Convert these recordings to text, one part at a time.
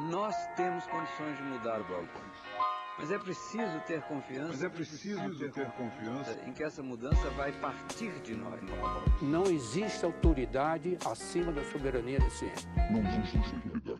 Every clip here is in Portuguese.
Nós temos condições de mudar o Brasil. Mas é preciso ter confiança. Em que essa mudança vai partir de nós. Não existe autoridade acima da soberania da ciência. Não existe autoridade.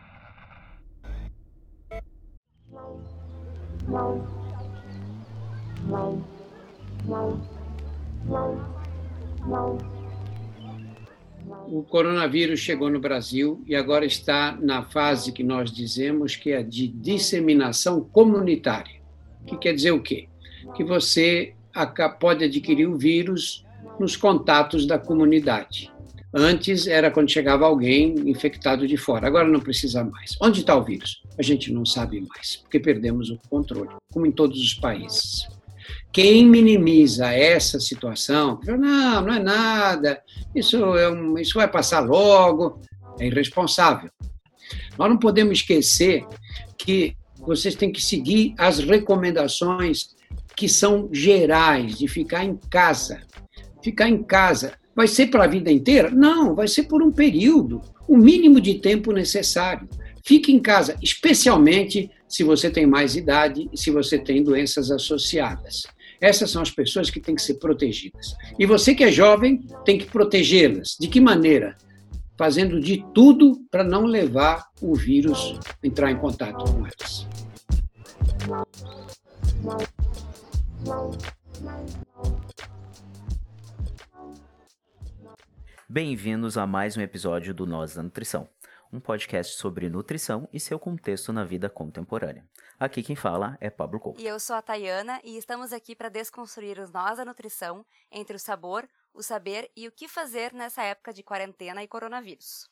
O coronavírus chegou no Brasil e agora está na fase que nós dizemos que é de disseminação comunitária. Que quer dizer o quê? Que você pode adquirir o vírus nos contatos da comunidade. Antes era quando chegava alguém infectado de fora, agora não precisa mais. Onde está o vírus? A gente não sabe mais, porque perdemos o controle, como em todos os países. Quem minimiza essa situação, não é nada, isso vai passar logo, é irresponsável. Nós não podemos esquecer que vocês têm que seguir as recomendações que são gerais, de ficar em casa. Ficar em casa vai ser para a vida inteira? Não, vai ser por um período, o mínimo de tempo necessário. Fique em casa, especialmente se você tem mais idade e se você tem doenças associadas. Essas são as pessoas que têm que ser protegidas. E você que é jovem tem que protegê-las. De que maneira? Fazendo de tudo para não levar o vírus a entrar em contato com elas. Bem-vindos a mais um episódio do Nós da Nutrição, um podcast sobre nutrição e seu contexto na vida contemporânea. Aqui quem fala é Pablo Couto. E eu sou a Tayana e estamos aqui para desconstruir os nós da nutrição entre o sabor, o saber e o que fazer nessa época de quarentena e coronavírus.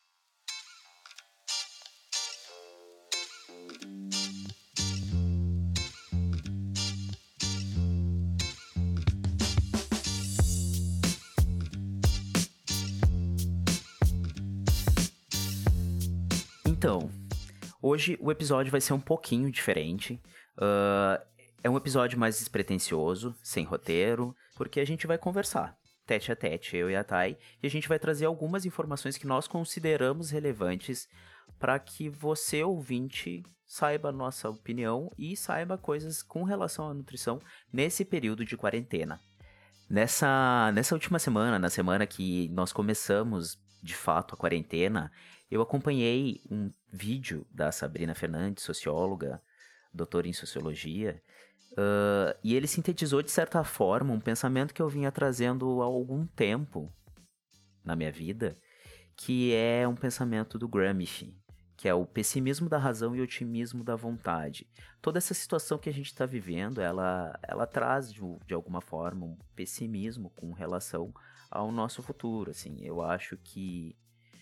Então, hoje o episódio vai ser um pouquinho diferente. É um episódio mais despretensioso, sem roteiro, porque a gente vai conversar, tete a tete, eu e a Thay, e a gente vai trazer algumas informações que nós consideramos relevantes para que você, ouvinte, saiba a nossa opinião e saiba coisas com relação à nutrição nesse período de quarentena. Nessa última semana, na semana que nós começamos, de fato, a quarentena, eu acompanhei um vídeo da Sabrina Fernandes, socióloga, doutora em sociologia, e ele sintetizou, de certa forma, um pensamento que eu vinha trazendo há algum tempo na minha vida, que é um pensamento do Gramsci, que é o pessimismo da razão e o otimismo da vontade. Toda essa situação que a gente está vivendo, ela traz, de alguma forma, um pessimismo com relação ao nosso futuro. Assim, eu acho que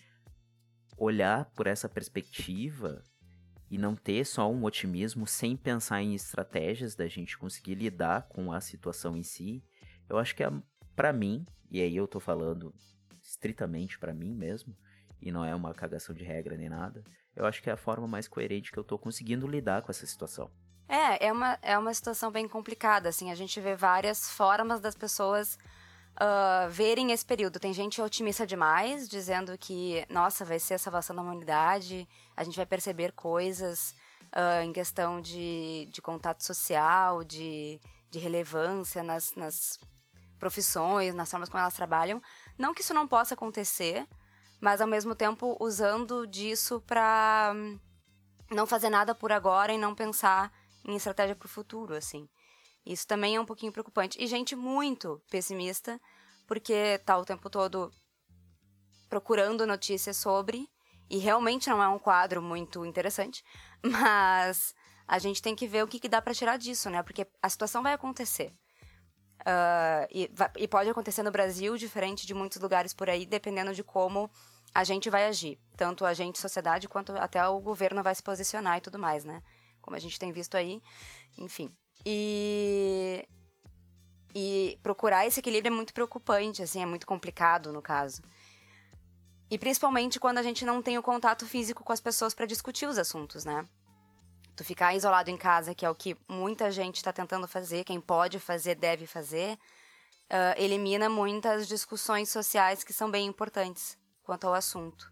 olhar por essa perspectiva e não ter só um otimismo sem pensar em estratégias da gente conseguir lidar com a situação em si, eu acho que para mim, e aí eu tô falando estritamente para mim mesmo, e não é uma cagação de regra nem nada, eu acho que é a forma mais coerente que eu tô conseguindo lidar com essa situação. É uma situação bem complicada, assim, a gente vê várias formas das pessoas verem esse período. Tem gente otimista demais, dizendo que, nossa, vai ser a salvação da humanidade, a gente vai perceber coisas em questão de contato social, de relevância nas profissões, nas formas como elas trabalham. Não que isso não possa acontecer, mas ao mesmo tempo usando disso para não fazer nada por agora e não pensar em estratégia para o futuro, assim. Isso também é um pouquinho preocupante. E gente muito pessimista, porque tá o tempo todo procurando notícias sobre, e realmente não é um quadro muito interessante, mas a gente tem que ver o que dá pra tirar disso, né? Porque a situação vai acontecer. E pode acontecer no Brasil, diferente de muitos lugares por aí, dependendo de como a gente vai agir. Tanto a gente, sociedade, quanto até o governo vai se posicionar e tudo mais, né? Como a gente tem visto aí, enfim. E procurar esse equilíbrio é muito preocupante, assim, é muito complicado no caso. E principalmente quando a gente não tem o contato físico com as pessoas para discutir os assuntos, né? Tu ficar isolado em casa, que é o que muita gente está tentando fazer, quem pode fazer, deve fazer, elimina muitas discussões sociais que são bem importantes quanto ao assunto.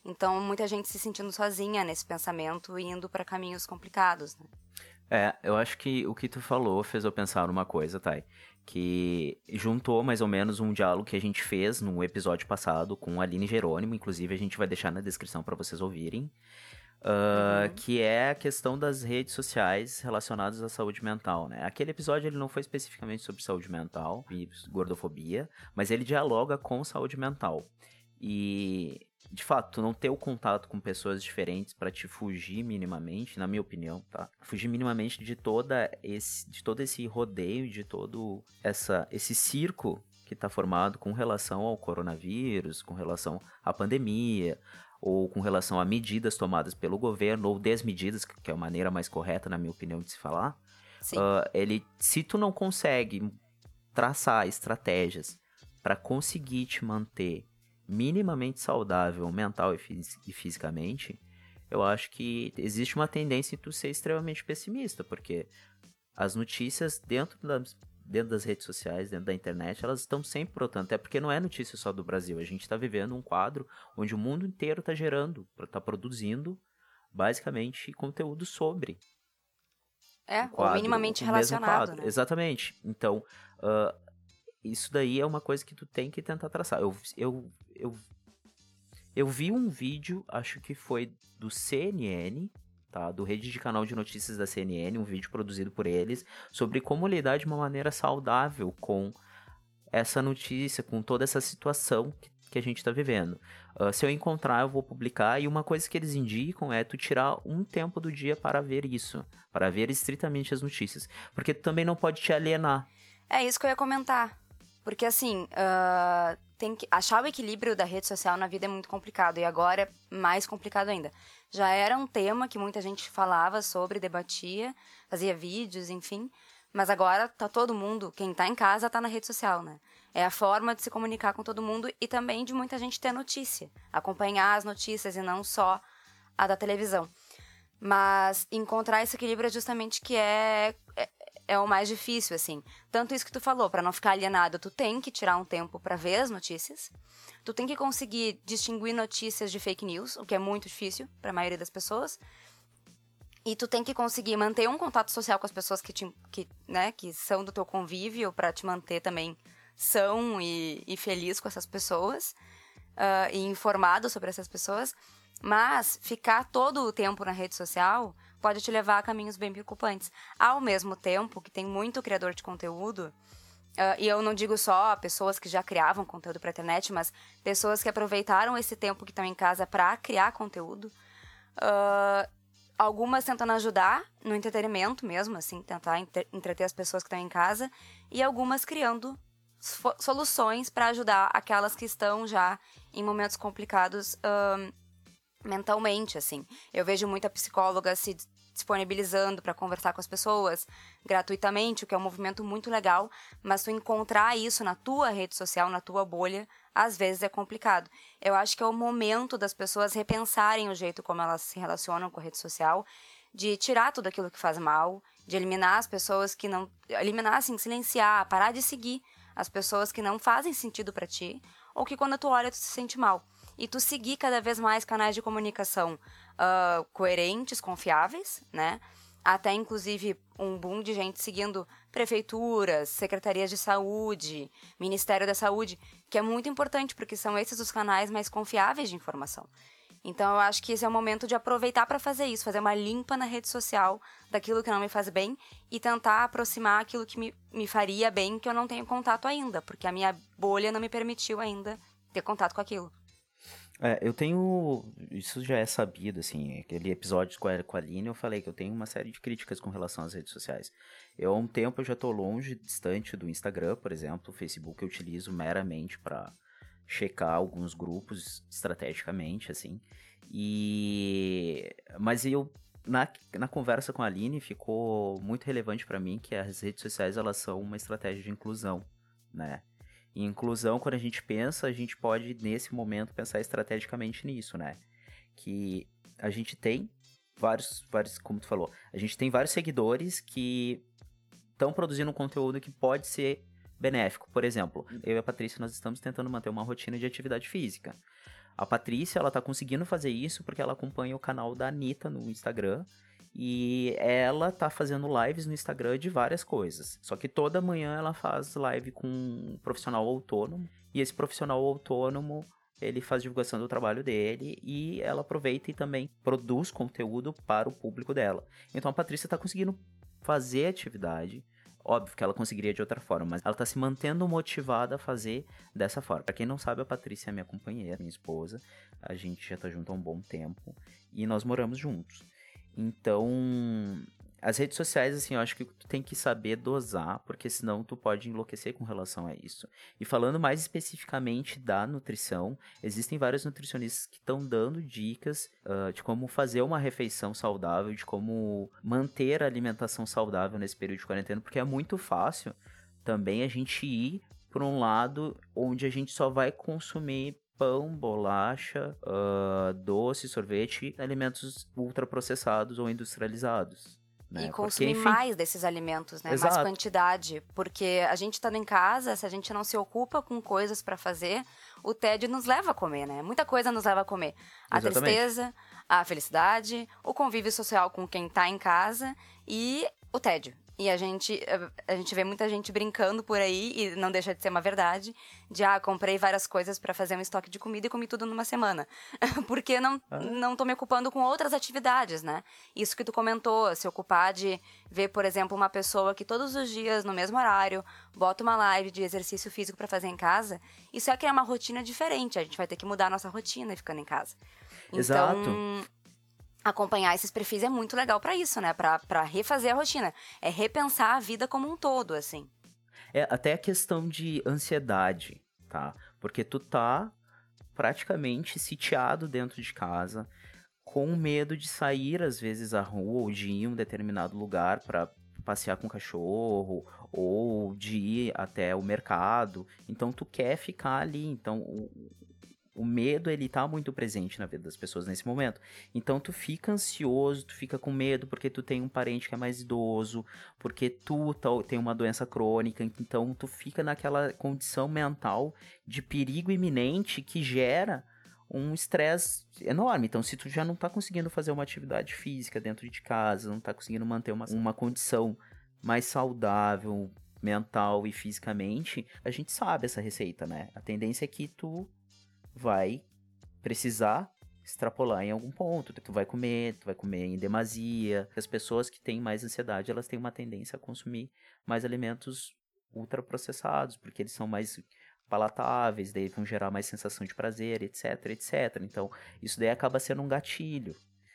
Então, muita gente se sentindo sozinha nesse pensamento e indo para caminhos complicados, né? Eu acho que o que tu falou fez eu pensar numa coisa, Thay, que juntou mais ou menos um diálogo que a gente fez no episódio passado com a Aline Jerônimo, inclusive a gente vai deixar na descrição para vocês ouvirem, que é a questão das redes sociais relacionadas à saúde mental, né? Aquele episódio ele não foi especificamente sobre saúde mental e gordofobia, mas ele dialoga com saúde mental. E, de fato, tu não ter o contato com pessoas diferentes para te fugir minimamente, na minha opinião, tá? Fugir minimamente de todo esse rodeio, de todo esse circo que está formado com relação ao coronavírus, com relação à pandemia, ou com relação a medidas tomadas pelo governo, ou desmedidas, que é a maneira mais correta, na minha opinião, de se falar. Se tu não consegue traçar estratégias para conseguir te manter minimamente saudável mental e fisicamente, eu acho que existe uma tendência em tu ser extremamente pessimista, porque as notícias dentro das redes sociais, dentro da internet, elas estão sempre brotando, até porque não é notícia só do Brasil, a gente está vivendo um quadro onde o mundo inteiro está está produzindo, basicamente, conteúdo sobre. Ou minimamente relacionado, né? Exatamente. Então, isso daí é uma coisa que tu tem que tentar traçar. Eu vi um vídeo, acho que foi do CNN, tá? Do Rede de Canal de Notícias da CNN, um vídeo produzido por eles, sobre como lidar de uma maneira saudável com essa notícia, com toda essa situação que a gente tá vivendo. Se eu encontrar, eu vou publicar, e uma coisa que eles indicam é tu tirar um tempo do dia para ver isso, para ver estritamente as notícias, porque tu também não pode te alienar. É isso que eu ia comentar. Porque, assim, tem que achar o equilíbrio da rede social na vida é muito complicado. E agora é mais complicado ainda. Já era um tema que muita gente falava sobre, debatia, fazia vídeos, enfim. Mas agora tá todo mundo, quem tá em casa tá na rede social, né? É a forma de se comunicar com todo mundo e também de muita gente ter notícia. Acompanhar as notícias e não só a da televisão. Mas encontrar esse equilíbrio é justamente que é o mais difícil, assim. Tanto isso que tu falou, para não ficar alienado, tu tem que tirar um tempo para ver as notícias. Tu tem que conseguir distinguir notícias de fake news, o que é muito difícil para a maioria das pessoas. E tu tem que conseguir manter um contato social com as pessoas que são do teu convívio, para te manter também são e feliz com essas pessoas, e informado sobre essas pessoas. Mas ficar todo o tempo na rede social pode te levar a caminhos bem preocupantes. Ao mesmo tempo que tem muito criador de conteúdo, e eu não digo só pessoas que já criavam conteúdo para a internet, mas pessoas que aproveitaram esse tempo que estão em casa para criar conteúdo. Algumas tentando ajudar no entretenimento mesmo, assim, tentar entreter as pessoas que estão em casa, e algumas criando soluções para ajudar aquelas que estão já em momentos complicados mentalmente, assim. Eu vejo muita psicóloga se disponibilizando para conversar com as pessoas gratuitamente, o que é um movimento muito legal, mas tu encontrar isso na tua rede social, na tua bolha, às vezes é complicado. Eu acho que é o momento das pessoas repensarem o jeito como elas se relacionam com a rede social, de tirar tudo aquilo que faz mal, de eliminar as pessoas que não... Eliminar, assim, silenciar, parar de seguir as pessoas que não fazem sentido para ti, ou que quando tu olha tu se sente mal. E tu seguir cada vez mais canais de comunicação coerentes, confiáveis, né? Até, inclusive, um boom de gente seguindo prefeituras, secretarias de saúde, Ministério da Saúde, que é muito importante, porque são esses os canais mais confiáveis de informação. Então, eu acho que esse é o momento de aproveitar para fazer isso, fazer uma limpa na rede social daquilo que não me faz bem e tentar aproximar aquilo que me faria bem, que eu não tenho contato ainda, porque a minha bolha não me permitiu ainda ter contato com aquilo. Eu tenho... Isso já é sabido, assim, aquele episódio com a Aline, eu falei que eu tenho uma série de críticas com relação às redes sociais. Há um tempo eu já tô longe, distante do Instagram, por exemplo. O Facebook eu utilizo meramente para checar alguns grupos estrategicamente, assim. Mas na conversa com a Aline ficou muito relevante para mim que as redes sociais, elas são uma estratégia de inclusão, né? E inclusão, quando a gente pensa, a gente pode, nesse momento, pensar estrategicamente nisso, né? Que a gente tem vários, como tu falou, a gente tem vários seguidores que estão produzindo um conteúdo que pode ser benéfico. Por exemplo, eu e a Patrícia, nós estamos tentando manter uma rotina de atividade física. A Patrícia, ela tá conseguindo fazer isso porque ela acompanha o canal da Anitta no Instagram. E ela tá fazendo lives no Instagram de várias coisas. Só que toda manhã ela faz live com um profissional autônomo. E esse profissional autônomo, ele faz divulgação do trabalho dele. E ela aproveita e também produz conteúdo para o público dela. Então a Patrícia tá conseguindo fazer atividade. Óbvio que ela conseguiria de outra forma, mas ela tá se mantendo motivada a fazer dessa forma. Pra quem não sabe, a Patrícia é minha companheira, minha esposa. A gente já tá junto há um bom tempo. E nós moramos juntos. Então, as redes sociais, assim, eu acho que tu tem que saber dosar, porque senão tu pode enlouquecer com relação a isso. E falando mais especificamente da nutrição, existem vários nutricionistas que estão dando dicas de como fazer uma refeição saudável, de como manter a alimentação saudável nesse período de quarentena, porque é muito fácil também a gente ir por um lado onde a gente só vai consumir pão, bolacha, doce, sorvete, alimentos ultraprocessados ou industrializados. Né? E consumir Porque, enfim, mais desses alimentos, né? Exato. Mais quantidade. Porque a gente estando em casa, se a gente não se ocupa com coisas para fazer, o tédio nos leva a comer, né? Muita coisa nos leva a comer. A Exatamente. tristeza, a felicidade, o convívio social com quem tá em casa e o tédio. E a gente vê muita gente brincando por aí, e não deixa de ser uma verdade, de, comprei várias coisas pra fazer um estoque de comida e comi tudo numa semana. Porque não tô me ocupando com outras atividades, né? Isso que tu comentou, se ocupar de ver, por exemplo, uma pessoa que todos os dias, no mesmo horário, bota uma live de exercício físico pra fazer em casa, isso é criar uma rotina diferente. A gente vai ter que mudar a nossa rotina ficando em casa. Exato. Então, acompanhar esses perfis é muito legal pra isso, né? Pra refazer a rotina. É repensar a vida como um todo, assim. É até a questão de ansiedade, tá? Porque tu tá praticamente sitiado dentro de casa, com medo de sair, às vezes, à rua ou de ir em um determinado lugar pra passear com o cachorro ou de ir até o mercado. Então, tu quer ficar ali. Então, o medo, ele tá muito presente na vida das pessoas nesse momento. Então, tu fica ansioso, tu fica com medo porque tu tem um parente que é mais idoso, porque tu tem uma doença crônica, então tu fica naquela condição mental de perigo iminente que gera um estresse enorme. Então, se tu já não tá conseguindo fazer uma atividade física dentro de casa, não tá conseguindo manter uma condição mais saudável, mental e fisicamente, a gente sabe essa receita, né? A tendência é que tu vai precisar extrapolar em algum ponto. Tu vai comer em demasia. As pessoas que têm mais ansiedade, elas têm uma tendência a consumir mais alimentos ultraprocessados, porque eles são mais palatáveis, daí vão gerar mais sensação de prazer, etc, etc. Então, isso daí acaba sendo um gatilho.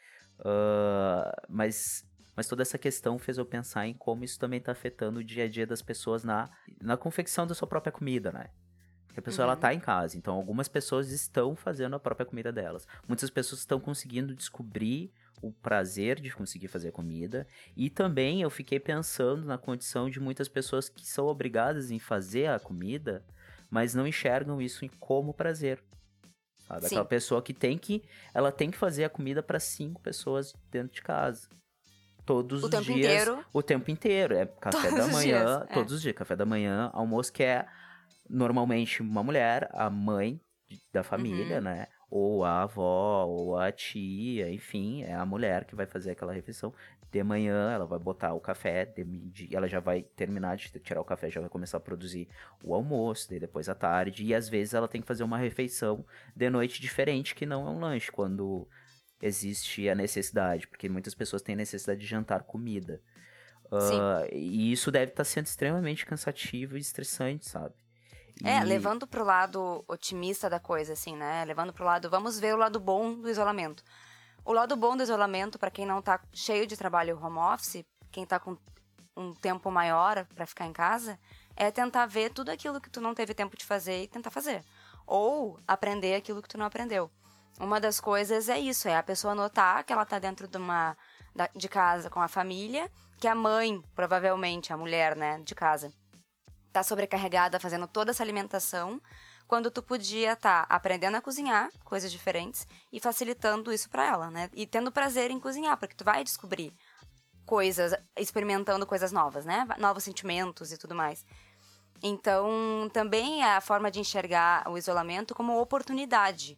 Mas toda essa questão fez eu pensar em como isso também está afetando o dia a dia das pessoas na confecção da sua própria comida, né? Porque a pessoa, ela tá em casa, então algumas pessoas estão fazendo a própria comida delas. Muitas pessoas estão conseguindo descobrir o prazer de conseguir fazer comida. E também eu fiquei pensando na condição de muitas pessoas que são obrigadas em fazer a comida, mas não enxergam isso como prazer. Sabe? Sim. Aquela pessoa que ela tem que fazer a comida para 5 pessoas dentro de casa. Todos os dias. O tempo inteiro. É café da manhã, todos os dias. Café da manhã, almoço, que é normalmente uma mulher, a mãe da família, né? Ou a avó, ou a tia, enfim, é a mulher que vai fazer aquela refeição. De manhã, ela vai botar o café, ela já vai terminar de tirar o café, já vai começar a produzir o almoço, daí depois à tarde, e às vezes ela tem que fazer uma refeição de noite diferente, que não é um lanche, quando existe a necessidade, porque muitas pessoas têm necessidade de jantar comida. E isso deve estar sendo extremamente cansativo e estressante, sabe? Levando pro lado otimista da coisa, assim, né? Levando pro lado, vamos ver o lado bom do isolamento. O lado bom do isolamento, pra quem não tá cheio de trabalho home office, quem tá com um tempo maior pra ficar em casa, é tentar ver tudo aquilo que tu não teve tempo de fazer e tentar fazer. Ou aprender aquilo que tu não aprendeu. Uma das coisas é isso, é a pessoa notar que ela tá dentro de casa com a família, que a mãe, provavelmente, a mulher, né, de casa, tá sobrecarregada fazendo toda essa alimentação, quando tu podia estar aprendendo a cozinhar coisas diferentes e facilitando isso pra ela, né? E tendo prazer em cozinhar, porque tu vai descobrir coisas, experimentando coisas novas, né? Novos sentimentos e tudo mais. Então, também é a forma de enxergar o isolamento como oportunidade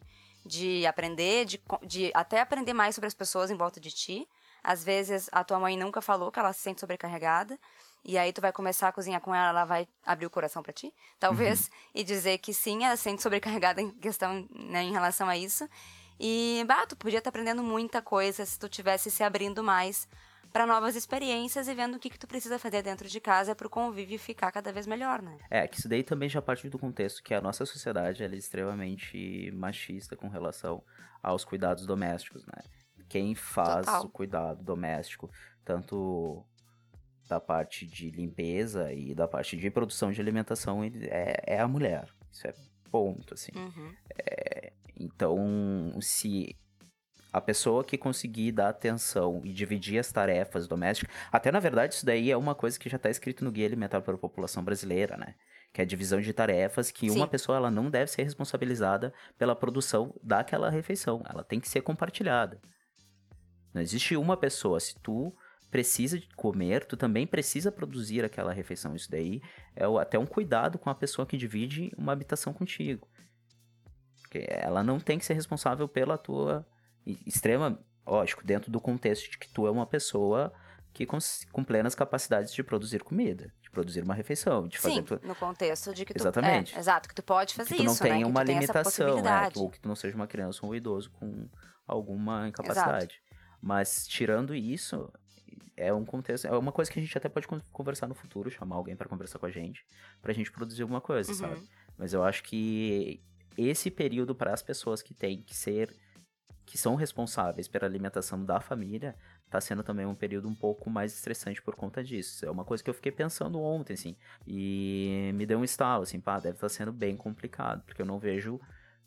de aprender, de até aprender mais sobre as pessoas em volta de ti. Às vezes, a tua mãe nunca falou que ela se sente sobrecarregada, e aí tu vai começar a cozinhar com ela vai abrir o coração pra ti, talvez, e dizer que sim, ela se sente sobrecarregada em questão, né, em relação a isso. E, tu podia estar aprendendo muita coisa se tu tivesse se abrindo mais para novas experiências e vendo o que tu precisa fazer dentro de casa pro convívio ficar cada vez melhor, né? Que isso daí também já parte do contexto que a nossa sociedade ela é extremamente machista com relação aos cuidados domésticos, né? Quem faz Total. o cuidado doméstico, tanto da parte de limpeza e da parte de produção de alimentação, é a mulher. Isso é ponto, assim. Então, se a pessoa que conseguir dar atenção e dividir as tarefas domésticas... Até, na verdade, isso daí é uma coisa que já está escrito no Guia Alimentar para a População Brasileira, né? Que é a divisão de tarefas, que uma pessoa ela não deve ser responsabilizada pela produção daquela refeição. Ela tem que ser compartilhada. Não existe uma pessoa. Se tu precisa de comer, tu também precisa produzir aquela refeição. Isso daí é até um cuidado com a pessoa que divide uma habitação contigo. Porque ela não tem que ser responsável pela tua extrema... Lógico, dentro do contexto de que tu é uma pessoa que com plenas capacidades de produzir comida, de produzir uma refeição, de fazer... no contexto de que tu... Exatamente. Exato, que tu pode fazer isso, que tu não tenha né? uma que tu limitação, ou que tu não seja uma criança ou um idoso com alguma incapacidade. Exato. Mas, tirando isso, é um contexto... É uma coisa que a gente até pode conversar no futuro, chamar alguém para conversar com a gente, pra gente produzir alguma coisa, sabe? Mas eu acho que esse período para as pessoas que têm que ser... que são responsáveis pela alimentação da família, tá sendo também um período um pouco mais estressante por conta disso. É uma coisa que eu fiquei pensando ontem, assim, e me deu um estalo, assim, deve estar sendo bem complicado, porque eu não vejo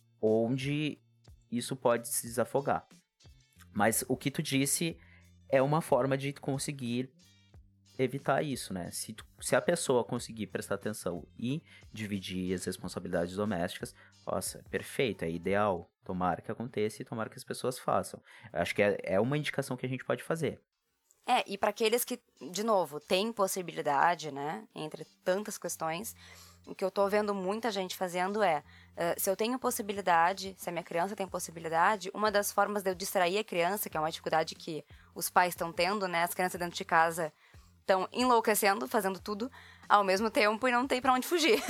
onde isso pode se desafogar. Mas o que tu disse é uma forma de conseguir evitar isso, né? Se a pessoa conseguir prestar atenção e dividir as responsabilidades domésticas, nossa, perfeito, é ideal. Tomara que aconteça e tomara que as pessoas façam. Acho que é uma indicação que a gente pode fazer. E para aqueles que, de novo, têm possibilidade, né, entre tantas questões, o que eu tô vendo muita gente fazendo se eu tenho possibilidade, se a minha criança tem possibilidade, uma das formas de eu distrair a criança, que é uma dificuldade que os pais estão tendo, né, as crianças dentro de casa estão enlouquecendo, fazendo tudo ao mesmo tempo e não tem pra onde fugir.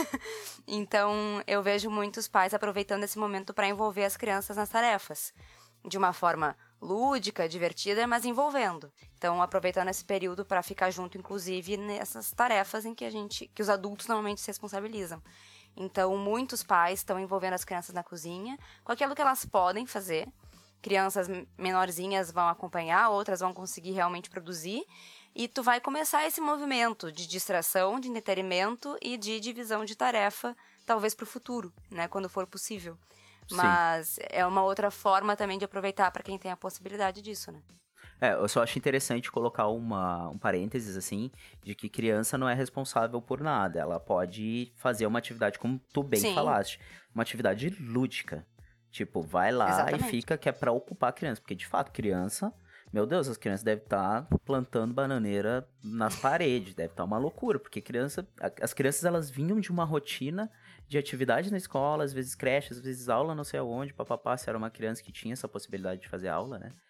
Então, eu vejo muitos pais aproveitando esse momento para envolver as crianças nas tarefas. De uma forma lúdica, divertida, mas envolvendo. Então, aproveitando esse período para ficar junto, inclusive, nessas tarefas em que os adultos normalmente se responsabilizam. Então, muitos pais estão envolvendo as crianças na cozinha com aquilo que elas podem fazer. Crianças menorzinhas vão acompanhar, outras vão conseguir realmente produzir. E tu vai começar esse movimento de distração, de entretenimento e de divisão de tarefa, talvez para o futuro, né? Quando for possível. Sim. Mas é uma outra forma também de aproveitar para quem tem a possibilidade disso, né? Eu só acho interessante colocar um parênteses, assim, de que criança não é responsável por nada. Ela pode fazer uma atividade, como tu bem falaste, uma atividade lúdica. Tipo, vai lá Exatamente. E fica que é pra ocupar a criança. Porque, de fato, criança... Meu Deus, as crianças devem estar plantando bananeira nas paredes. Deve estar uma loucura, porque as crianças elas vinham de uma rotina de atividade na escola, às vezes creche, às vezes aula não sei aonde, papapá, se era uma criança que tinha essa possibilidade de fazer aula, né?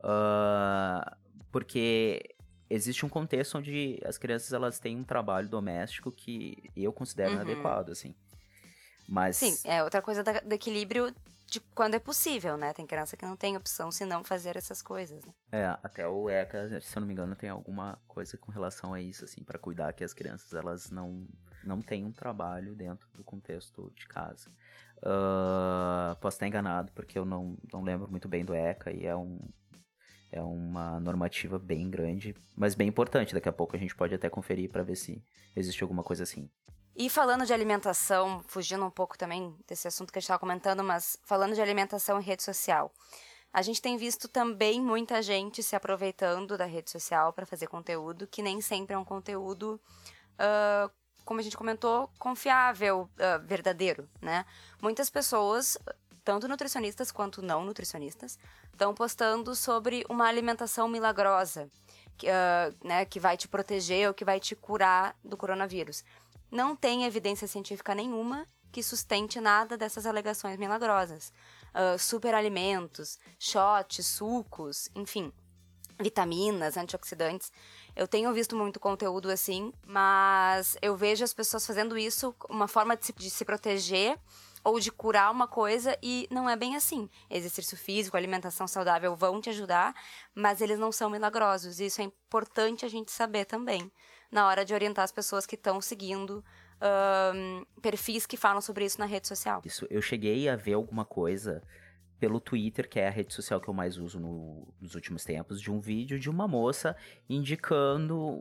Porque existe um contexto onde as crianças elas têm um trabalho doméstico que eu considero inadequado, assim. Mas... Sim, é outra coisa do equilíbrio de quando é possível, né? Tem criança que não tem opção se não fazer essas coisas, né? Até o ECA, se eu não me engano, tem alguma coisa com relação a isso, assim, para cuidar que as crianças, elas não têm um trabalho dentro do contexto de casa. Posso estar enganado, porque eu não lembro muito bem do ECA e é uma normativa bem grande, mas bem importante. Daqui a pouco a gente pode até conferir para ver se existe alguma coisa assim. E falando de alimentação, fugindo um pouco também desse assunto que a gente estava comentando, mas falando de alimentação em rede social, a gente tem visto também muita gente se aproveitando da rede social para fazer conteúdo, que nem sempre é um conteúdo, como a gente comentou, confiável, verdadeiro, né? Muitas pessoas, tanto nutricionistas quanto não nutricionistas, estão postando sobre uma alimentação milagrosa, que vai te proteger ou que vai te curar do coronavírus. Não tem evidência científica nenhuma que sustente nada dessas alegações milagrosas. superalimentos, shots, sucos, enfim, vitaminas, antioxidantes. Eu tenho visto muito conteúdo assim, mas eu vejo as pessoas fazendo isso uma forma de se proteger ou de curar uma coisa, e não é bem assim. Exercício físico, alimentação saudável vão te ajudar, mas eles não são milagrosos. E isso é importante a gente saber também, na hora de orientar as pessoas que estão seguindo perfis que falam sobre isso na rede social. Isso, eu cheguei a ver alguma coisa pelo Twitter, que é a rede social que eu mais uso nos últimos tempos, de um vídeo de uma moça indicando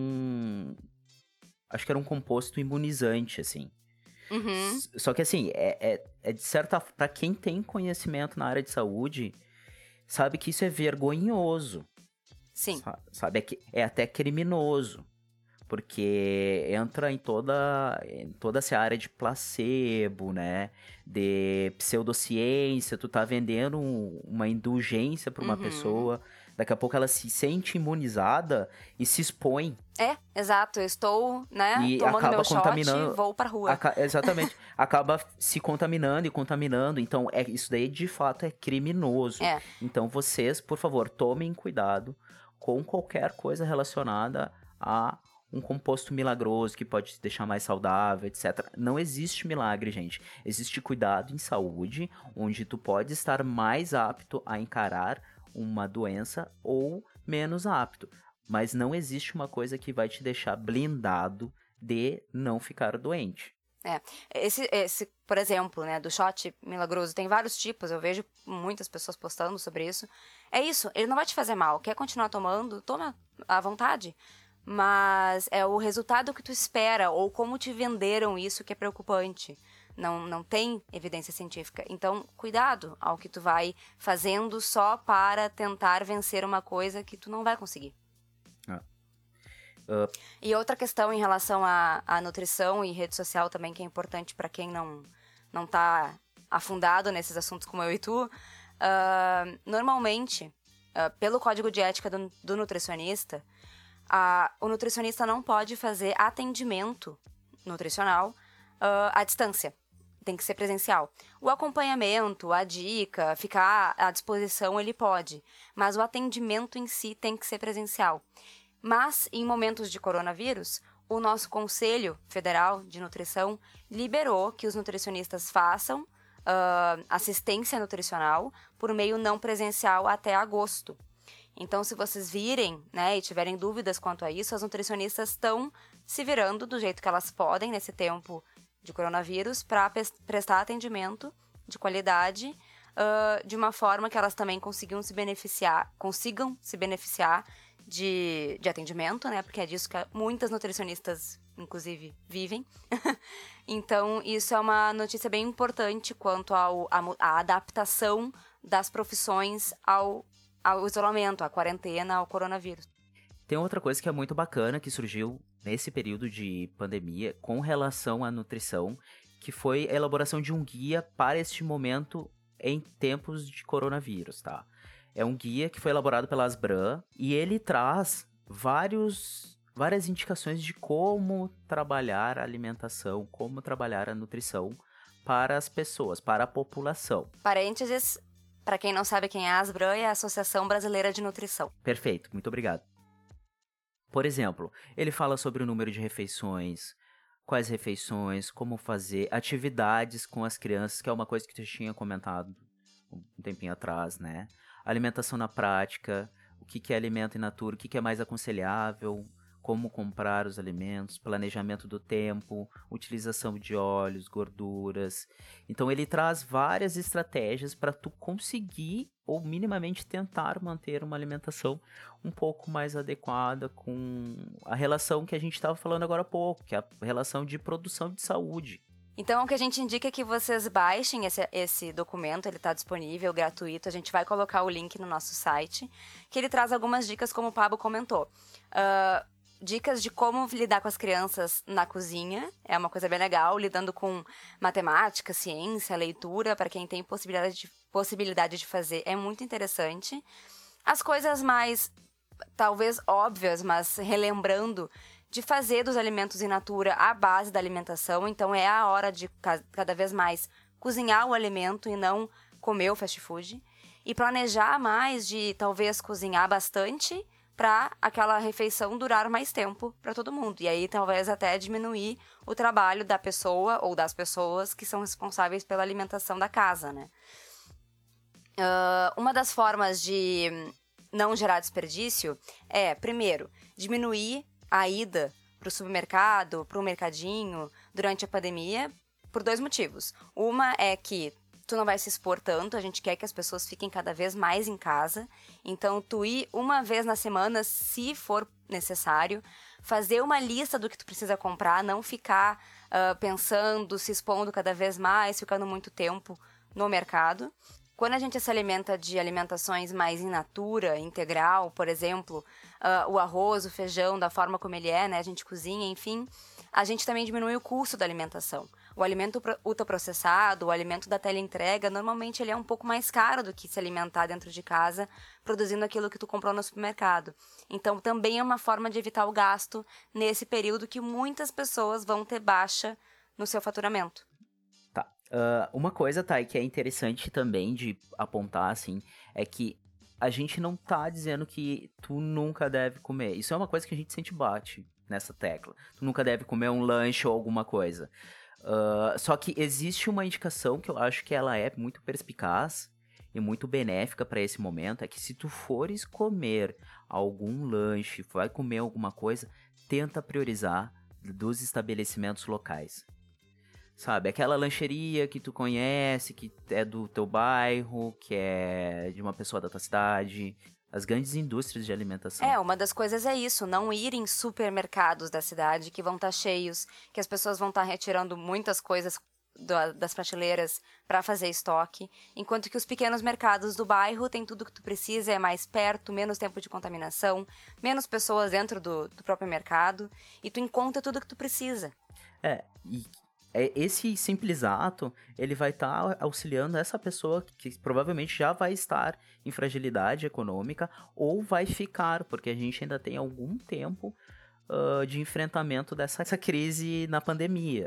acho que era um composto imunizante, assim. Uhum. Só que assim, é de certa... Pra quem tem conhecimento na área de saúde, sabe que isso é vergonhoso. Sim. Sabe, é até criminoso. Porque entra em toda essa área de placebo, né? De pseudociência, tu tá vendendo uma indulgência pra uma pessoa. Daqui a pouco ela se sente imunizada e se expõe. Exato. Eu estou, né, e tomando acaba meu contaminando, shot, vou pra rua. Exatamente. Acaba se contaminando e contaminando. Então, isso daí, de fato, é criminoso. Então, vocês, por favor, tomem cuidado com qualquer coisa relacionada a um composto milagroso que pode te deixar mais saudável, etc. Não existe milagre, gente. Existe cuidado em saúde, onde tu pode estar mais apto a encarar uma doença ou menos apto. Mas não existe uma coisa que vai te deixar blindado de não ficar doente. Esse, por exemplo, né, do shot milagroso, tem vários tipos, eu vejo muitas pessoas postando sobre isso. É isso, ele não vai te fazer mal. Quer continuar tomando? Toma à vontade. Mas é o resultado que tu espera, ou como te venderam isso, que é preocupante. Não tem evidência científica. Então, cuidado ao que tu vai fazendo só para tentar vencer uma coisa que tu não vai conseguir. E outra questão em relação à nutrição e rede social também, que é importante para quem não tá afundado nesses assuntos como eu e tu. Normalmente, pelo código de ética do nutricionista, o nutricionista não pode fazer atendimento nutricional à distância. Tem que ser presencial. O acompanhamento, a dica, ficar à disposição, ele pode. Mas o atendimento em si tem que ser presencial. Mas, em momentos de coronavírus, o nosso Conselho Federal de Nutrição liberou que os nutricionistas façam assistência nutricional por meio não presencial até agosto. Então, se vocês virem, né, e tiverem dúvidas quanto a isso, as nutricionistas estão se virando do jeito que elas podem nesse tempo de coronavírus para prestar atendimento de qualidade, de uma forma que elas também consigam se beneficiar de atendimento, né, porque é disso que muitas nutricionistas, inclusive, vivem. Então, isso é uma notícia bem importante quanto à adaptação das profissões ao isolamento, à quarentena, ao coronavírus. Tem outra coisa que é muito bacana que surgiu nesse período de pandemia com relação à nutrição, que foi a elaboração de um guia para este momento em tempos de coronavírus, tá? É um guia que foi elaborado pela Asbram e ele traz várias indicações de como trabalhar a alimentação, como trabalhar a nutrição para as pessoas, para a população. Parênteses, para quem não sabe quem é a Asbram, é a Associação Brasileira de Nutrição. Perfeito, muito obrigado. Por exemplo, ele fala sobre o número de refeições, quais refeições, como fazer, atividades com as crianças, que é uma coisa que tu tinha comentado um tempinho atrás, né? Alimentação na prática, o que é alimento in natura, o que é mais aconselhável, como comprar os alimentos, planejamento do tempo, utilização de óleos, gorduras. Então ele traz várias estratégias para tu conseguir ou minimamente tentar manter uma alimentação um pouco mais adequada com a relação que a gente estava falando agora há pouco, que é a relação de produção de saúde. Então, o que a gente indica é que vocês baixem esse documento, ele está disponível, gratuito, a gente vai colocar o link no nosso site, que ele traz algumas dicas, como o Pablo comentou. Dicas de como lidar com as crianças na cozinha, é uma coisa bem legal, lidando com matemática, ciência, leitura, para quem tem possibilidade de fazer, é muito interessante. As coisas mais, talvez óbvias, mas relembrando, de fazer dos alimentos in natura a base da alimentação. Então, é a hora de cada vez mais cozinhar o alimento e não comer o fast food, e planejar mais de talvez cozinhar bastante para aquela refeição durar mais tempo para todo mundo. E aí talvez até diminuir o trabalho da pessoa ou das pessoas que são responsáveis pela alimentação da casa, né? Uma das formas de não gerar desperdício é, primeiro, diminuir a ida para o supermercado, para o mercadinho durante a pandemia, por 2 motivos. Uma é que tu não vai se expor tanto, a gente quer que as pessoas fiquem cada vez mais em casa. Então, tu ir uma vez na semana, se for necessário, fazer uma lista do que tu precisa comprar, não ficar pensando, se expondo cada vez mais, ficando muito tempo no mercado. Quando a gente se alimenta de alimentações mais in natura, integral, por exemplo, o arroz, o feijão, da forma como ele é, né? A gente cozinha, enfim, a gente também diminui o custo da alimentação. O alimento ultraprocessado, o alimento da teleentrega, normalmente ele é um pouco mais caro do que se alimentar dentro de casa, produzindo aquilo que tu comprou no supermercado. Então, também é uma forma de evitar o gasto nesse período que muitas pessoas vão ter baixa no seu faturamento. Tá. Uma coisa, Thay, que é interessante também de apontar, assim, é que a gente não tá dizendo que tu nunca deve comer. Isso é uma coisa que a gente sempre bate nessa tecla. Tu nunca deve comer um lanche ou alguma coisa. Só que existe uma indicação que eu acho que ela é muito perspicaz e muito benéfica para esse momento, é que se tu fores comer algum lanche, vai comer alguma coisa, tenta priorizar dos estabelecimentos locais. Sabe, aquela lancheria que tu conhece, que é do teu bairro, que é de uma pessoa da tua cidade, as grandes indústrias de alimentação. Uma das coisas é isso, não ir em supermercados da cidade que vão estar cheios, que as pessoas vão estar retirando muitas coisas das prateleiras para fazer estoque, enquanto que os pequenos mercados do bairro tem tudo que tu precisa, é mais perto, menos tempo de contaminação, menos pessoas dentro do próprio mercado, e tu encontra tudo que tu precisa. Esse simples ato, ele vai estar auxiliando essa pessoa que provavelmente já vai estar em fragilidade econômica ou vai ficar, porque a gente ainda tem algum tempo de enfrentamento dessa crise na pandemia.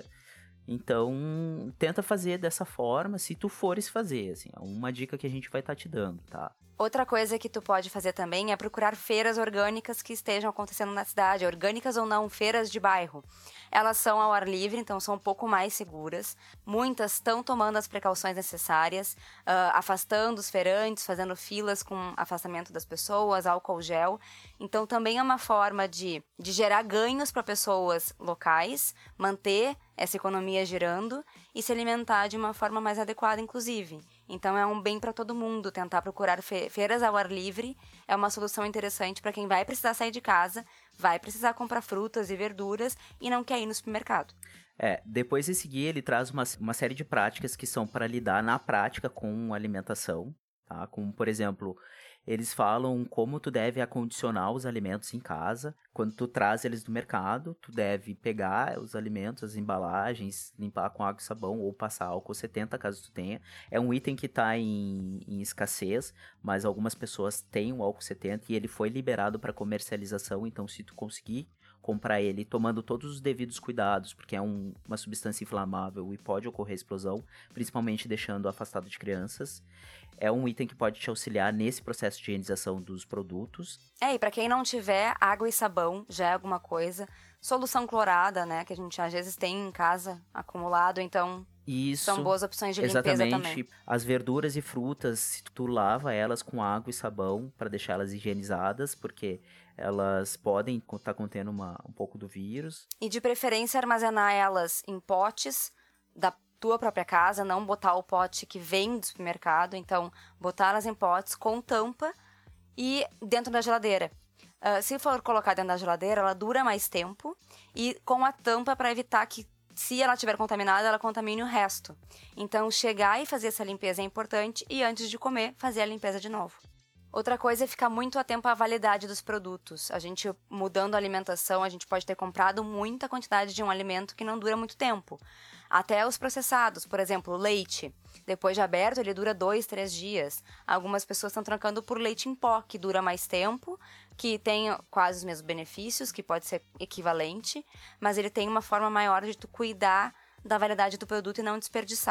Então, tenta fazer dessa forma, se tu fores fazer, assim, é uma dica que a gente vai estar te dando, tá? Outra coisa que tu pode fazer também é procurar feiras orgânicas que estejam acontecendo na cidade, orgânicas ou não, feiras de bairro. Elas são ao ar livre, então são um pouco mais seguras. Muitas estão tomando as precauções necessárias, afastando os feirantes, fazendo filas com afastamento das pessoas, álcool gel. Então também é uma forma de gerar ganhos para pessoas locais, manter essa economia girando e se alimentar de uma forma mais adequada, inclusive. Então é um bem para todo mundo, tentar procurar feiras ao ar livre é uma solução interessante para quem vai precisar sair de casa, vai precisar comprar frutas e verduras e não quer ir no supermercado. Depois de seguir, ele traz uma série de práticas que são para lidar na prática com alimentação, tá? Como, por exemplo, eles falam como tu deve acondicionar os alimentos em casa. Quando tu traz eles do mercado, tu deve pegar os alimentos, as embalagens, limpar com água e sabão ou passar álcool 70, caso tu tenha. É um item que está em escassez, mas algumas pessoas têm o álcool 70 e ele foi liberado para comercialização. Então, se tu conseguir comprar ele tomando todos os devidos cuidados, porque é uma substância inflamável e pode ocorrer explosão, principalmente deixando afastado de crianças. É um item que pode te auxiliar nesse processo de higienização dos produtos. E para quem não tiver, água e sabão já é alguma coisa. Solução clorada, né, que a gente às vezes tem em casa acumulado, então isso, são boas opções de limpeza também. Exatamente. As verduras e frutas, se tu lava elas com água e sabão para deixar elas higienizadas, porque elas podem estar contendo um pouco do vírus. E de preferência armazenar elas em potes da tua própria casa, não botar o pote que vem do supermercado, então botar elas em potes com tampa e dentro da geladeira. Se for colocar dentro da geladeira, ela dura mais tempo e com a tampa para evitar que, se ela estiver contaminada, ela contamine o resto. Então, chegar e fazer essa limpeza é importante e antes de comer, fazer a limpeza de novo. Outra coisa é ficar muito atento à validade dos produtos. A gente, mudando a alimentação, a gente pode ter comprado muita quantidade de um alimento que não dura muito tempo. Até os processados, por exemplo, o leite. Depois de aberto, ele dura 2, 3 dias. Algumas pessoas estão trocando por leite em pó, que dura mais tempo, que tem quase os mesmos benefícios, que pode ser equivalente, mas ele tem uma forma maior de tu cuidar da validade do produto e não desperdiçar.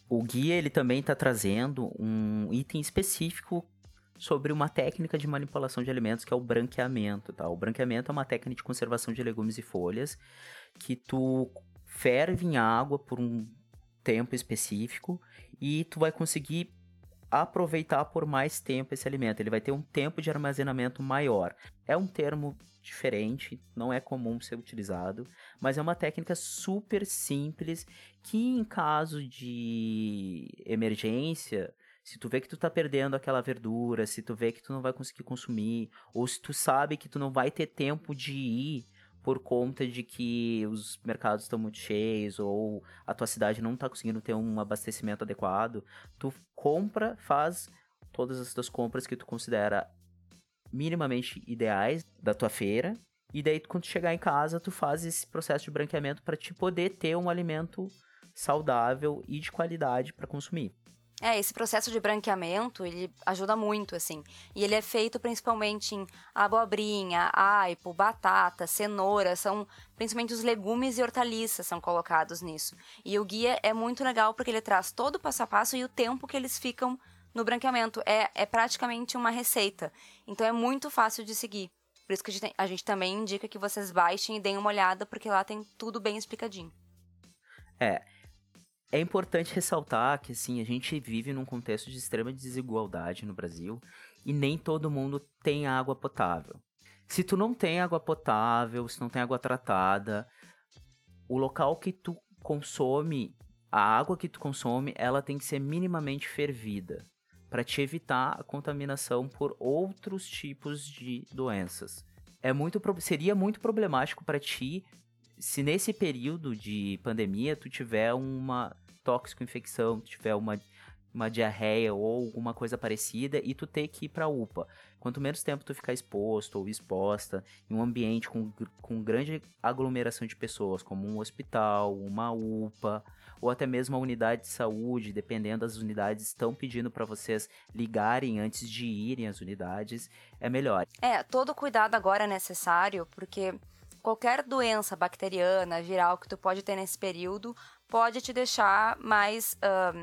O guia, ele também está trazendo um item específico sobre uma técnica de manipulação de alimentos, que é o branqueamento, tá? O branqueamento é uma técnica de conservação de legumes e folhas que tu ferve em água por um tempo específico e tu vai conseguir aproveitar por mais tempo esse alimento. Ele vai ter um tempo de armazenamento maior. É um termo diferente, não é comum ser utilizado, mas é uma técnica super simples que, em caso de emergência, se tu vê que tu tá perdendo aquela verdura, se tu vê que tu não vai conseguir consumir, ou se tu sabe que tu não vai ter tempo de ir por conta de que os mercados estão muito cheios ou a tua cidade não tá conseguindo ter um abastecimento adequado, tu compra, faz todas as tuas compras que tu considera minimamente ideais da tua feira, e daí quando tu chegar em casa, tu faz esse processo de branqueamento para te poder ter um alimento saudável e de qualidade para consumir. Esse processo de branqueamento, ele ajuda muito, assim. E ele é feito principalmente em abobrinha, aipo, batata, cenoura, são principalmente os legumes e hortaliças são colocados nisso. E o guia é muito legal porque ele traz todo o passo a passo e o tempo que eles ficam no branqueamento. É praticamente uma receita. Então é muito fácil de seguir. Por isso que a gente também indica que vocês baixem e deem uma olhada, porque lá tem tudo bem explicadinho. É importante ressaltar que, assim, a gente vive num contexto de extrema desigualdade no Brasil e nem todo mundo tem água potável. Se tu não tem água potável, se não tem água tratada, o local que tu consome, a água que tu consome, ela tem que ser minimamente fervida para te evitar a contaminação por outros tipos de doenças. Seria muito problemático para ti se nesse período de pandemia tu tiver uma toxicoinfecção, tu tiver uma diarreia ou alguma coisa parecida e tu ter que ir pra UPA. Quanto menos tempo tu ficar exposto ou exposta em um ambiente com grande aglomeração de pessoas, como um hospital, uma UPA, ou até mesmo a unidade de saúde, dependendo das unidades, estão pedindo para vocês ligarem antes de irem às unidades, é melhor. Todo cuidado agora é necessário, porque qualquer doença bacteriana, viral que tu pode ter nesse período pode te deixar mais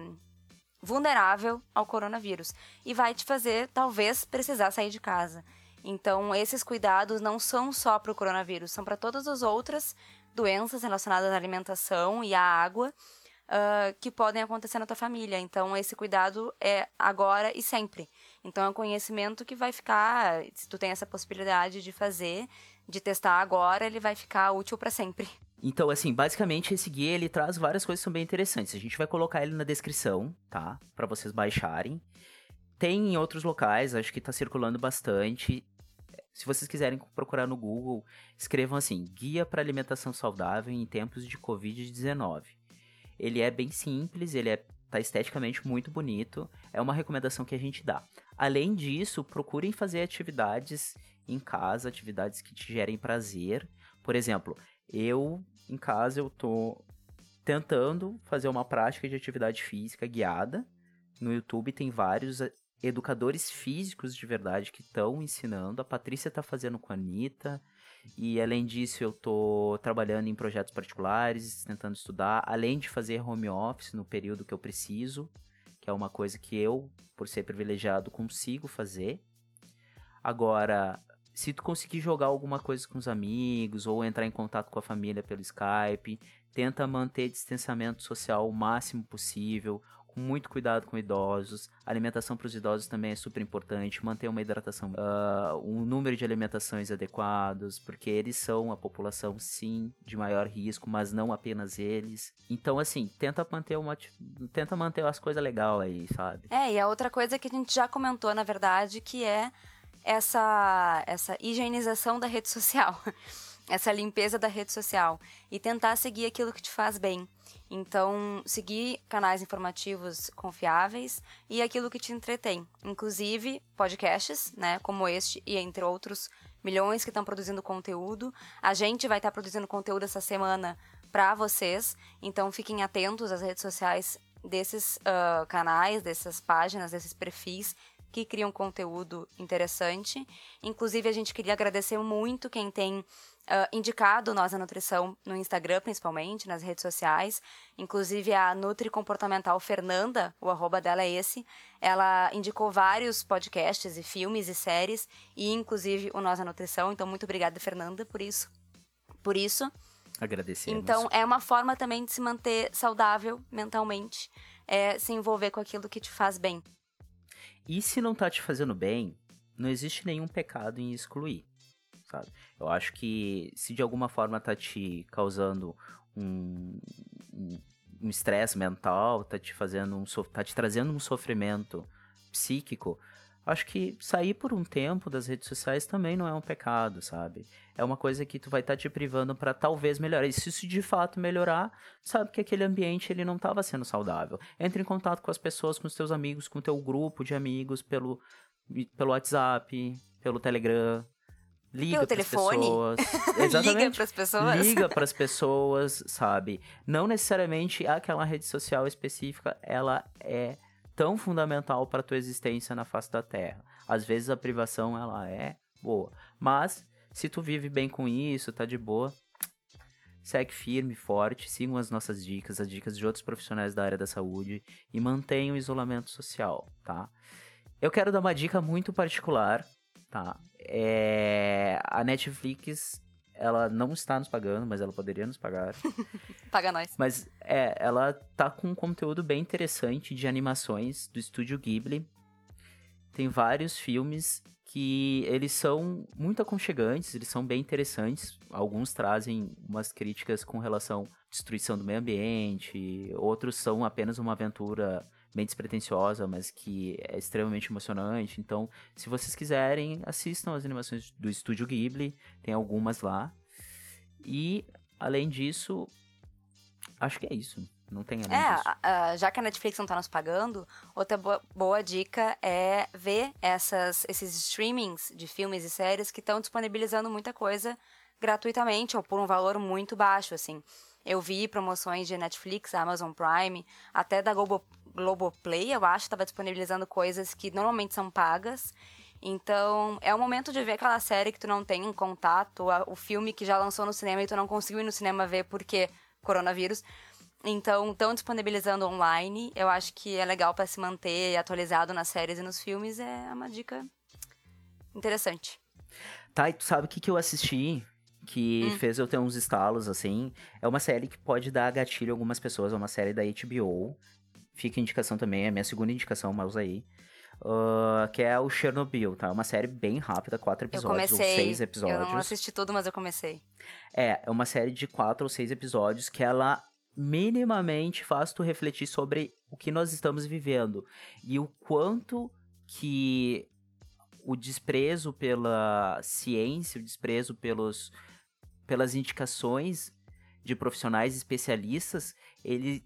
vulnerável ao coronavírus e vai te fazer, talvez, precisar sair de casa. Então, esses cuidados não são só para o coronavírus, são para todas as outras doenças relacionadas à alimentação e à água que podem acontecer na tua família. Então, esse cuidado é agora e sempre. Então, é um conhecimento que vai ficar, se tu tem essa possibilidade de fazer, de testar agora, ele vai ficar útil para sempre. Então, assim, basicamente esse guia, ele traz várias coisas que são bem interessantes. A gente vai colocar ele na descrição, tá? Pra vocês baixarem. Tem em outros locais, acho que tá circulando bastante. Se vocês quiserem procurar no Google, escrevam assim, Guia para Alimentação Saudável em Tempos de Covid-19. Ele é bem simples, tá esteticamente muito bonito. É uma recomendação que a gente dá. Além disso, procurem fazer atividades em casa, atividades que te gerem prazer. Por exemplo, em casa, eu tô tentando fazer uma prática de atividade física guiada. No YouTube tem vários educadores físicos de verdade que estão ensinando. A Patrícia tá fazendo com a Anitta. E além disso, eu tô trabalhando em projetos particulares, tentando estudar. Além de fazer home office no período que eu preciso, que é uma coisa que eu, por ser privilegiado, consigo fazer. Agora, se tu conseguir jogar alguma coisa com os amigos ou entrar em contato com a família pelo Skype, tenta manter distanciamento social o máximo possível, com muito cuidado com idosos. A alimentação para os idosos também é super importante, manter uma hidratação, um número de alimentações adequados, porque eles são a população, sim, de maior risco, mas não apenas eles. Então, assim, tenta manter as coisas legais aí, sabe? E a outra coisa que a gente já comentou, na verdade, que é essa higienização da rede social, essa limpeza da rede social e tentar seguir aquilo que te faz bem. Então, seguir canais informativos confiáveis e aquilo que te entretém. Inclusive, podcasts, né, como este e entre outros milhões que estão produzindo conteúdo. A gente vai estar produzindo conteúdo essa semana para vocês, então fiquem atentos às redes sociais desses canais, dessas páginas, desses perfis. que criam conteúdo interessante. Inclusive, a gente queria agradecer muito quem tem indicado Nós a Nutrição no Instagram, principalmente, nas redes sociais. Inclusive, a Nutri Comportamental Fernanda, o @ dela é esse, ela indicou vários podcasts e filmes e séries, e inclusive o Nós a Nutrição. Então, muito obrigada, Fernanda, por isso. Agradecemos. Então, é uma forma também de se manter saudável mentalmente, se envolver com aquilo que te faz bem. E se não tá te fazendo bem, não existe nenhum pecado em excluir, sabe? Eu acho que se de alguma forma tá te causando um estresse mental, tá te trazendo um sofrimento psíquico, acho que sair por um tempo das redes sociais também não é um pecado, sabe? É uma coisa que tu vai estar te privando para talvez melhorar. E se isso de fato melhorar, sabe que aquele ambiente ele não estava sendo saudável. Entre em contato com as pessoas, com os teus amigos, com o teu grupo de amigos pelo WhatsApp, pelo Telegram. Liga para as pessoas. Exatamente. Liga para as pessoas. Liga para as pessoas, sabe? Não necessariamente aquela rede social específica, ela é tão fundamental para a tua existência na face da Terra. Às vezes a privação, ela é boa. Mas, se tu vive bem com isso, tá de boa, segue firme, forte, sigam as nossas dicas, as dicas de outros profissionais da área da saúde e mantenham o isolamento social, tá? Eu quero dar uma dica muito particular, tá? A Netflix, ela não está nos pagando, mas ela poderia nos pagar. Paga nós. Mas ela tá com um conteúdo bem interessante de animações do estúdio Ghibli. Tem vários filmes que eles são muito aconchegantes, eles são bem interessantes. Alguns trazem umas críticas com relação à destruição do meio ambiente, outros são apenas uma aventura bem despretensiosa, mas que é extremamente emocionante. Então, se vocês quiserem, assistam as animações do estúdio Ghibli, tem algumas lá. E, além disso, acho que é isso. Não tem além disso. Já que a Netflix não tá nos pagando, outra boa dica é ver esses streamings de filmes e séries que estão disponibilizando muita coisa gratuitamente ou por um valor muito baixo, assim. Eu vi promoções de Netflix, Amazon Prime, até da Globoplay, eu acho, estava disponibilizando coisas que normalmente são pagas. Então, é o momento de ver aquela série que tu não tem em contato, o filme que já lançou no cinema e tu não conseguiu ir no cinema ver porque coronavírus. Então, estão disponibilizando online. Eu acho que é legal para se manter atualizado nas séries e nos filmes. É uma dica interessante. Tá, e tu sabe o que eu assisti que fez eu ter uns estalos, assim? É uma série que pode dar gatilho a algumas pessoas. É uma série da HBO. Fica a indicação também, é a minha segunda indicação, mas aí. Que é o Chernobyl, tá? É uma série bem rápida, 4 episódios ou 6 episódios. Eu não assisti tudo, mas eu comecei. É uma série de 4 ou 6 episódios que ela minimamente faz tu refletir sobre o que nós estamos vivendo e o quanto que o desprezo pela ciência, o desprezo pelas indicações de profissionais especialistas, ele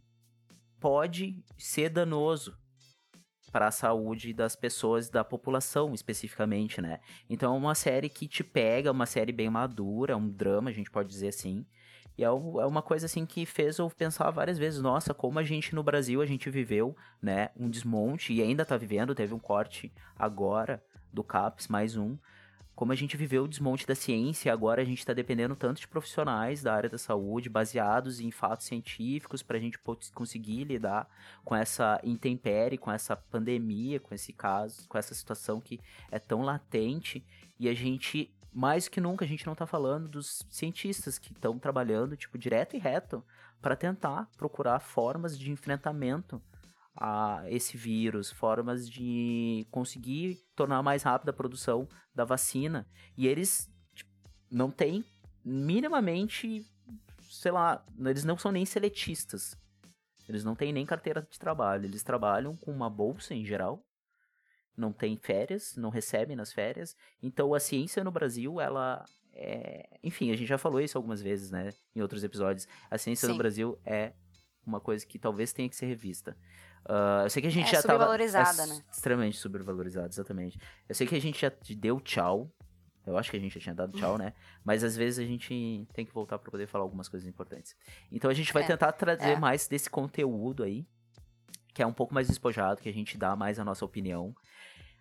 pode ser danoso para a saúde das pessoas, da população especificamente, né? Então é uma série que te pega, uma série bem madura, um drama, a gente pode dizer assim. E é uma coisa assim que fez eu pensar várias vezes, nossa, como a gente no Brasil, a gente viveu, né, um desmonte e ainda tá vivendo, teve um corte agora do CAPES, mais um, como a gente viveu o desmonte da ciência e agora a gente tá dependendo tanto de profissionais da área da saúde, baseados em fatos científicos pra gente conseguir lidar com essa intempérie, com essa pandemia, com esse caso, com essa situação que é tão latente e a gente... Mais que nunca, a gente não tá falando dos cientistas que estão trabalhando, tipo, direto e reto para tentar procurar formas de enfrentamento a esse vírus, formas de conseguir tornar mais rápida a produção da vacina. E eles não têm minimamente, sei lá, eles não são nem seletistas. Eles não têm nem carteira de trabalho. Eles trabalham com uma bolsa em geral. Não tem férias, não recebem nas férias. Então, a ciência no Brasil, ela é... Enfim, a gente já falou isso algumas vezes, né? Em outros episódios. A ciência no Brasil é uma coisa que talvez tenha que ser revista. Eu sei que a gente já tava... Subvalorizada, né? Extremamente subvalorizada, exatamente. Eu sei que a gente já deu tchau. Eu acho que a gente já tinha dado tchau, né? Mas às vezes a gente tem que voltar para poder falar algumas coisas importantes. Então, a gente vai tentar trazer mais desse conteúdo aí, que é um pouco mais despojado, que a gente dá mais a nossa opinião.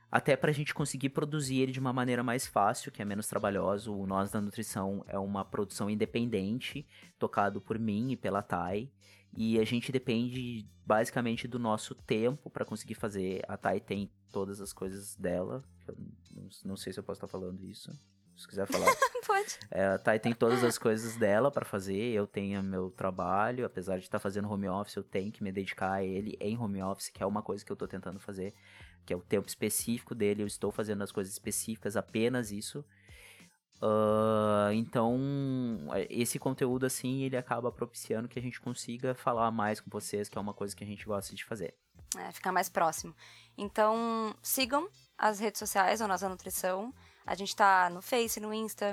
até pra gente conseguir produzir ele de uma maneira mais fácil, que é menos trabalhoso. O Nós da Nutrição é uma produção independente, tocado por mim e pela Thay, e a gente depende basicamente do nosso tempo pra conseguir fazer. A Thay tem todas as coisas dela, eu não sei se eu posso estar falando isso, se quiser falar. Pode. A Thay tem todas as coisas dela pra fazer, eu tenho meu trabalho, apesar de estar fazendo home office, eu tenho que me dedicar a ele em home office, que é uma coisa que eu tô tentando fazer, que é o tempo específico dele, eu estou fazendo as coisas específicas, apenas isso. Então, esse conteúdo, assim, ele acaba propiciando que a gente consiga falar mais com vocês, que é uma coisa que a gente gosta de fazer. Ficar mais próximo. Então, sigam as redes sociais, a Nossa Nutrição. A gente tá no Face, no Insta,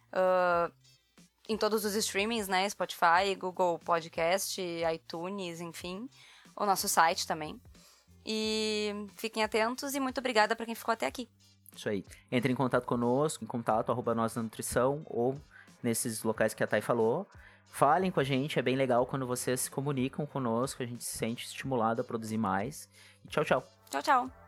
em todos os streamings, né? Spotify, Google Podcast, iTunes, enfim. O nosso site também. E fiquem atentos e muito obrigada para quem ficou até aqui. Isso aí. Entre em contato conosco, em contato, @Nós da Nutrição, ou nesses locais que a Thay falou. Falem com a gente, é bem legal quando vocês se comunicam conosco, a gente se sente estimulado a produzir mais. E tchau, tchau. Tchau, tchau.